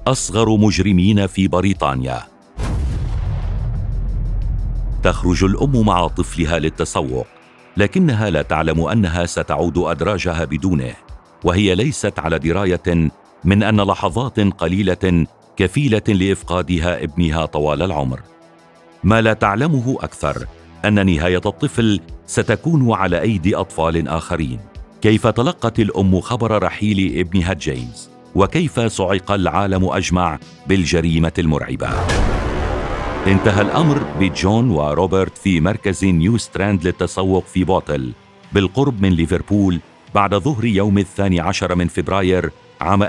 أصغر مجرمين في بريطانيا. تخرج الأم مع طفلها للتسوق، لكنها لا تعلم أنها ستعود أدراجها بدونه، وهي ليست على دراية من أن لحظات قليلة كفيلة لإفقادها ابنها طوال العمر. ما لا تعلمه أكثر أن نهاية الطفل ستكون على أيدي أطفال آخرين. كيف تلقت الأم خبر رحيل ابنها جيمس؟ وكيف صعق العالم أجمع بالجريمة المرعبة؟ انتهى الأمر بجون وروبرت في مركز نيو ستراند للتسوق في بوتل بالقرب من ليفربول بعد ظهر يوم 12 من فبراير عام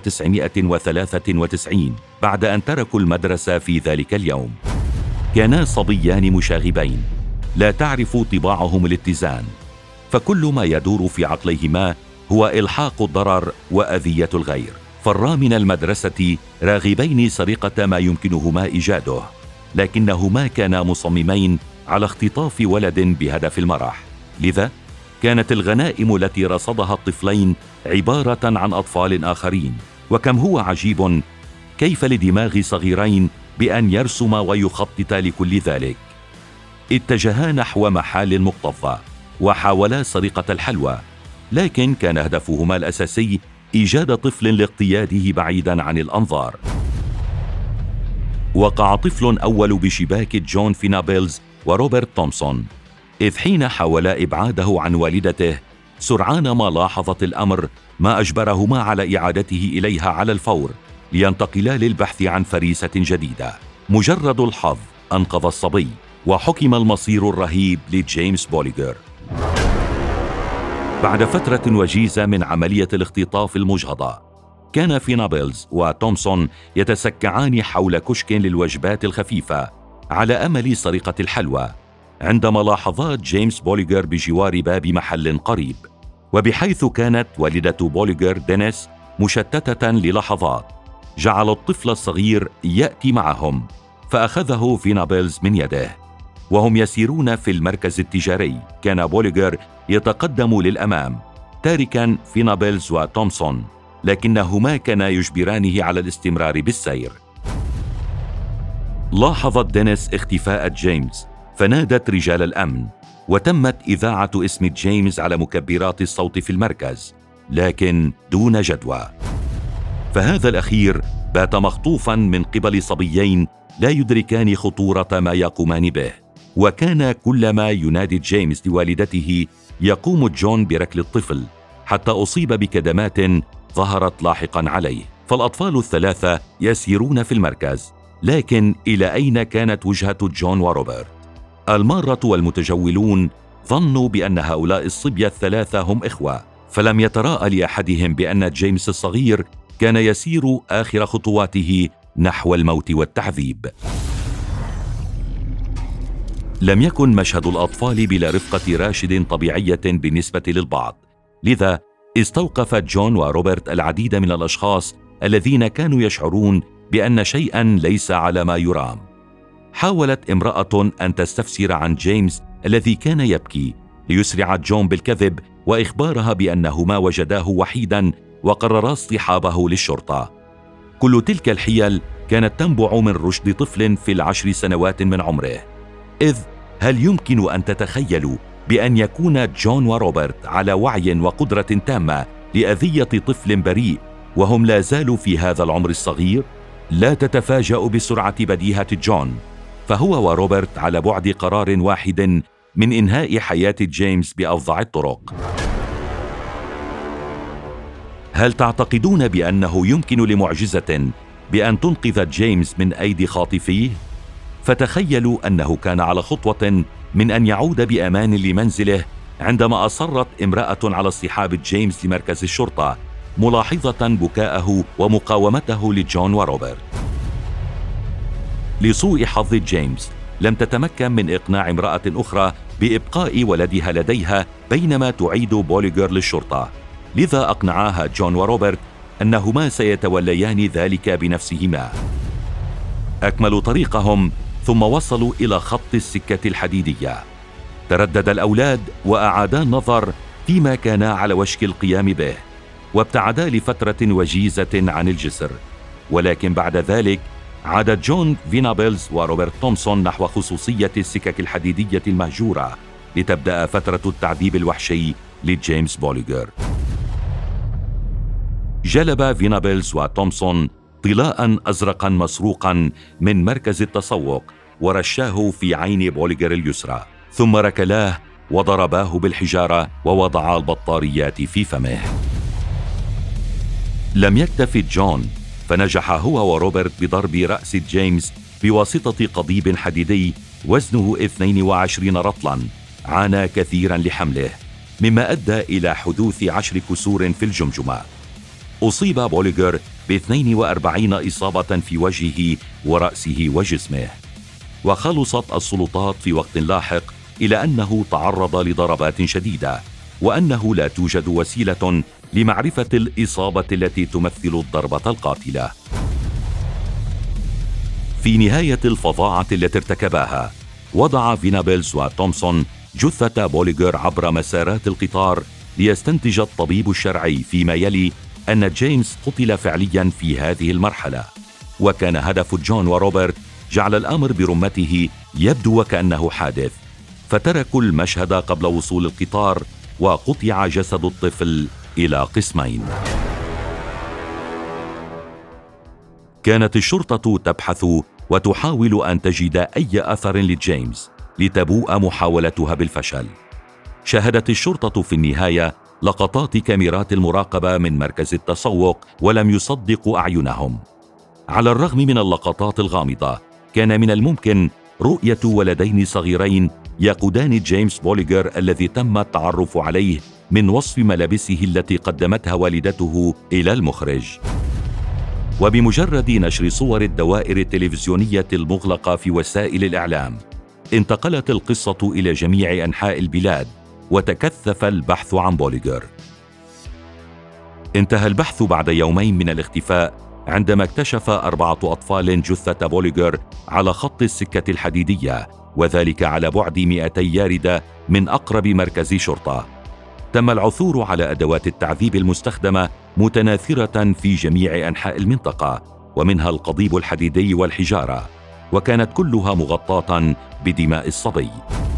1993 بعد أن تركوا المدرسة في ذلك اليوم. كانا صبيان مشاغبين لا تعرف طباعهم الاتزان، فكل ما يدور في عقليهما هو إلحاق الضرر وأذية الغير. فرا من المدرسة راغبين سرقة ما يمكنهما إيجاده، لكنهما كانا مصممين على اختطاف ولد بهدف المرح. لذا كانت الغنائم التي رصدها الطفلين عبارة عن أطفال آخرين. وكم هو عجيب كيف لدماغ صغيرين بأن يرسم ويخطط لكل ذلك. اتجها نحو محال مكتظة وحاولا سرقة الحلوى، لكن كان هدفهما الأساسي إيجاد طفل لاقتياده بعيدا عن الأنظار. وقع طفل أول بشباك جون فينابلز وروبرت تومسون، إذ حين حاولا إبعاده عن والدته سرعان ما لاحظت الأمر ما أجبرهما على إعادته إليها على الفور لينتقلا للبحث عن فريسة جديدة. مجرد الحظ أنقذ الصبي، وحكم المصير الرهيب لجيمس بوليغر. بعد فترة وجيزة من عملية الاختطاف المجهضة، كان فينابلز وتومسون يتسكعان حول كشك للوجبات الخفيفة على أمل سرقة الحلوى، عندما لاحظا جيمس بوليغر بجوار باب محل قريب، وبحيث كانت والدة بوليغر دينيس مشتتة للحظات جعل الطفل الصغير يأتي معهم، فأخذه فينابلز من يده. وهم يسيرون في المركز التجاري كان بوليغر يتقدم للأمام تاركا فينابلز وتومسون، لكنهما كانا يجبرانه على الاستمرار بالسير. لاحظت دينيس اختفاء جيمس فنادت رجال الأمن، وتمت إذاعة اسم جيمس على مكبرات الصوت في المركز، لكن دون جدوى. فهذا الأخير بات مخطوفا من قبل صبيين لا يدركان خطورة ما يقومان به. وكان كلما ينادي جيمس لوالدته يقوم جون بركل الطفل حتى أصيب بكدمات ظهرت لاحقا عليه. فالأطفال الثلاثة يسيرون في المركز، لكن إلى أين كانت وجهة جون وروبرت؟ المارة والمتجولون ظنوا بأن هؤلاء الصبية الثلاثة هم إخوة، فلم يتراءى لأحدهم بأن جيمس الصغير كان يسير آخر خطواته نحو الموت والتعذيب. لم يكن مشهد الأطفال بلا رفقة راشد طبيعية بالنسبة للبعض، لذا استوقف جون وروبرت العديد من الأشخاص الذين كانوا يشعرون بأن شيئا ليس على ما يرام. حاولت امرأة أن تستفسر عن جيمس الذي كان يبكي ليسرع جون بالكذب وإخبارها بأنهما وجداه وحيدا وقررا اصطحابه للشرطة. كل تلك الحيل كانت تنبع من رشد طفل في 10 سنوات من عمره. إذ هل يمكن أن تتخيلوا بأن يكون جون وروبرت على وعي وقدرة تامة لأذية طفل بريء وهم لا زالوا في هذا العمر الصغير؟ لا تتفاجأ بسرعة بديهة جون، فهو وروبرت على بعد قرار واحد من إنهاء حياة جيمس بأفظع الطرق. هل تعتقدون بأنه يمكن لمعجزة بأن تنقذ جيمس من أيدي خاطفيه؟ فتخيلوا أنه كان على خطوة من أن يعود بأمان لمنزله عندما أصرت امرأة على اصطحاب جيمس لمركز الشرطة، ملاحظة بكاءه ومقاومته لجون وروبرت. لسوء حظ جيمس لم تتمكن من إقناع امرأة أخرى بإبقاء ولدها لديها بينما تعيد بوليغر للشرطة، لذا أقنعاها جون وروبرت أنهما سيتوليان ذلك بنفسهما. أكملوا طريقهم ثم وصلوا إلى خط السكة الحديدية. تردد الأولاد وأعادا النظر فيما كانا على وشك القيام به، وابتعدا لفترة وجيزة عن الجسر، ولكن بعد ذلك عاد جون فينابلز وروبرت تومسون نحو خصوصية السكك الحديدية المهجورة لتبدأ فترة التعذيب الوحشي لجيمس بوليغر. جلب فينابلز وتومسون طلاء أزرقا مسروقا من مركز التسوق ورشاه في عين بوليغر اليسرى، ثم ركلاه وضرباه بالحجارة ووضعا البطاريات في فمه. لم يكتف جون، فنجح هو وروبرت بضرب رأس جيمس بواسطة قضيب حديدي وزنه 22 رطلا عانى كثيرا لحمله، مما أدى إلى حدوث 10 كسور في الجمجمة. أصيب بوليغر ب42 إصابة في وجهه ورأسه وجسمه، وخلصت السلطات في وقت لاحق إلى أنه تعرض لضربات شديدة، وأنه لا توجد وسيلة لمعرفة الإصابة التي تمثل الضربة القاتلة. في نهاية الفظاعة التي ارتكباها، وضع فينابلز وتومسون جثة بوليغر عبر مسارات القطار ليستنتج الطبيب الشرعي فيما يلي أن جيمس قتل فعليا في هذه المرحلة. وكان هدف جون وروبرت جعل الأمر برمته يبدو وكأنه حادث، فتركوا المشهد قبل وصول القطار وقطع جسد الطفل إلى قسمين. كانت الشرطة تبحث وتحاول أن تجد أي أثر لجيمس لتبوء محاولتها بالفشل. شاهدت الشرطة في النهاية لقطات كاميرات المراقبة من مركز التسوق ولم يصدقوا أعينهم. على الرغم من اللقطات الغامضة، كان من الممكن رؤية ولدين صغيرين يقودان جيمس بوليغر الذي تم التعرف عليه من وصف ملابسه التي قدمتها والدته إلى المخرج. وبمجرد نشر صور الدوائر التلفزيونية المغلقة في وسائل الإعلام، انتقلت القصة إلى جميع أنحاء البلاد وتكثف البحث عن بوليغر. انتهى البحث بعد يومين من الاختفاء عندما اكتشف 4 أطفال جثة بوليغر على خط السكة الحديدية، وذلك على بعد 200 ياردة من أقرب مركز شرطة. تم العثور على أدوات التعذيب المستخدمة متناثرة في جميع أنحاء المنطقة، ومنها القضيب الحديدي والحجارة، وكانت كلها مغطاة بدماء الصبي.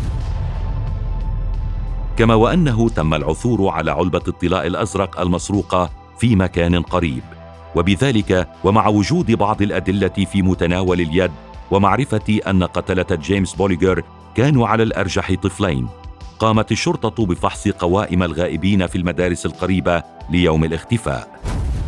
كما وأنه تم العثور على علبة الطلاء الأزرق المسروقة في مكان قريب، وبذلك ومع وجود بعض الأدلة في متناول اليد ومعرفة أن قتلة جيمس بوليغر كانوا على الأرجح طفلين، قامت الشرطة بفحص قوائم الغائبين في المدارس القريبة ليوم الاختفاء.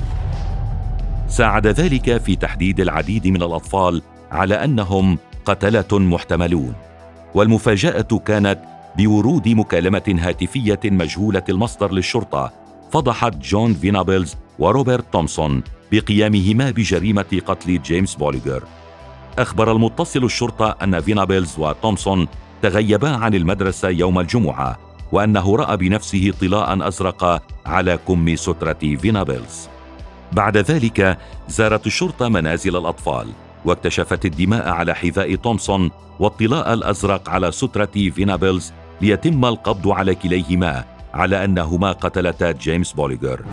ساعد ذلك في تحديد العديد من الأطفال على أنهم قتلة محتملون، والمفاجأة كانت بورود مكالمة هاتفية مجهولة المصدر للشرطة فضحت جون فينابلز وروبرت تومسون بقيامهما بجريمة قتل جيمس بوليغر. أخبر المتصل الشرطة أن فينابلز وتومسون تغيبا عن المدرسة يوم الجمعة، وأنه رأى بنفسه طلاء أزرق على كم سترة فينابلز. بعد ذلك زارت الشرطة منازل الأطفال واكتشفت الدماء على حذاء تومسون والطلاء الأزرق على سترة فينابلز ليتم القبض على كليهما على أنهما قتلتا جيمس بوليغر.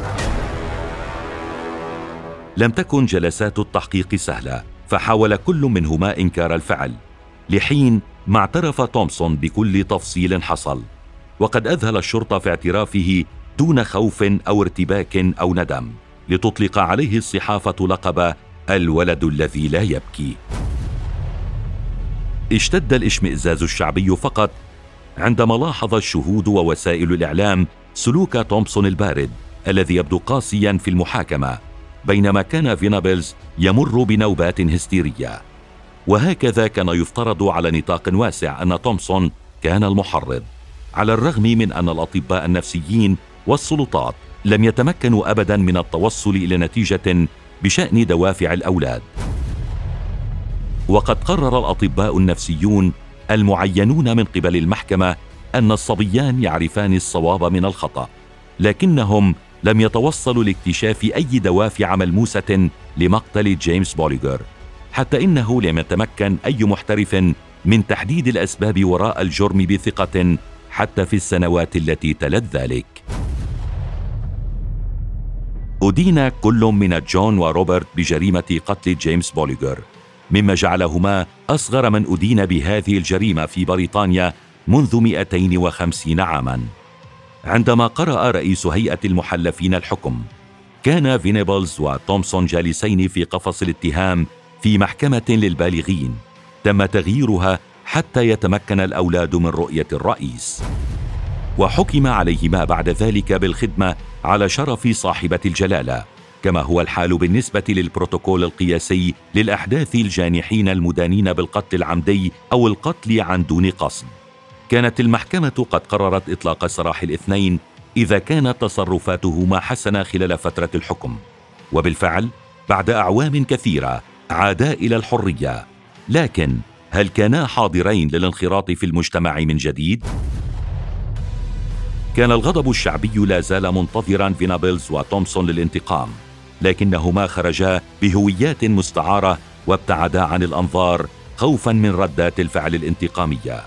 لم تكن جلسات التحقيق سهلة، فحاول كل منهما إنكار الفعل، لحين ما اعترف تومسون بكل تفصيل حصل، وقد أذهل الشرطة في اعترافه دون خوف أو ارتباك أو ندم، لتطلق عليه الصحافة لقب الولد الذي لا يبكي. اشتد الاشمئزاز الشعبي فقط عندما لاحظ الشهود ووسائل الإعلام سلوك تومسون البارد الذي يبدو قاسيا في المحاكمة، بينما كان فينابلز يمر بنوبات هستيرية. وهكذا كان يفترض على نطاق واسع أن تومسون كان المحرض، على الرغم من أن الأطباء النفسيين والسلطات لم يتمكنوا أبدا من التوصل إلى نتيجة بشأن دوافع الأولاد. وقد قرر الأطباء النفسيون المعينون من قبل المحكمة أن الصبيان يعرفان الصواب من الخطأ، لكنهم لم يتوصلوا لاكتشاف أي دوافع ملموسة لمقتل جيمس بوليغر، حتى إنه لم يتمكن أي محترف من تحديد الأسباب وراء الجرم بثقة حتى في السنوات التي تلت ذلك. أدين كل من جون وروبرت بجريمة قتل جيمس بوليغر، مما جعلهما أصغر من أدين بهذه الجريمة في بريطانيا منذ 250 عاماً. عندما قرأ رئيس هيئة المحلفين الحكم، كان فينيبلز وتومسون جالسين في قفص الاتهام في محكمة للبالغين تم تغييرها حتى يتمكن الأولاد من رؤية الرئيس، وحكم عليهما بعد ذلك بالخدمة على شرف صاحبة الجلالة، كما هو الحال بالنسبة للبروتوكول القياسي للأحداث الجانحين المدانين بالقتل العمدي أو القتل عن دون قصد. كانت المحكمة قد قررت إطلاق سراح الاثنين إذا كانت تصرفاتهما حسنة خلال فترة الحكم، وبالفعل بعد أعوام كثيرة عادا إلى الحرية. لكن هل كانا حاضرين للانخراط في المجتمع من جديد؟ كان الغضب الشعبي لا زال منتظرا فينيبلز وتومسون للانتقام، لكنهما خرجا بهويات مستعارة وابتعدا عن الأنظار خوفا من ردات الفعل الانتقامية.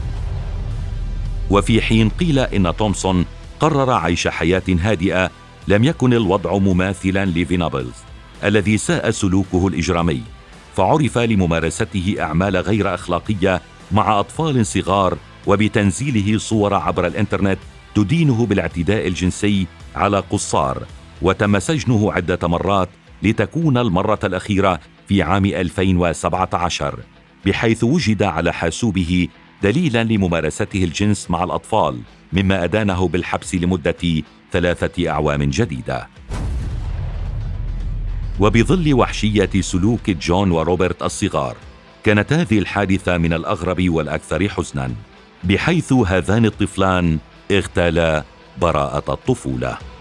وفي حين قيل إن تومسون قرر عيش حياة هادئة، لم يكن الوضع مماثلا لفينيبلز الذي ساء سلوكه الإجرامي، فعرف لممارسته أعمال غير أخلاقية مع أطفال صغار وبتنزيله صور عبر الإنترنت تدينه بالاعتداء الجنسي على قصار، وتم سجنه عدة مرات لتكون المرة الأخيرة في عام 2017، بحيث وجد على حاسوبه دليلا لممارسته الجنس مع الأطفال، مما أدانه بالحبس لمدة 3 أعوام جديدة. وبظل وحشية سلوك جون وروبرت الصغار، كانت هذه الحادثة من الأغرب والأكثر حزناً، بحيث هذان الطفلان اغتالا براءة الطفولة.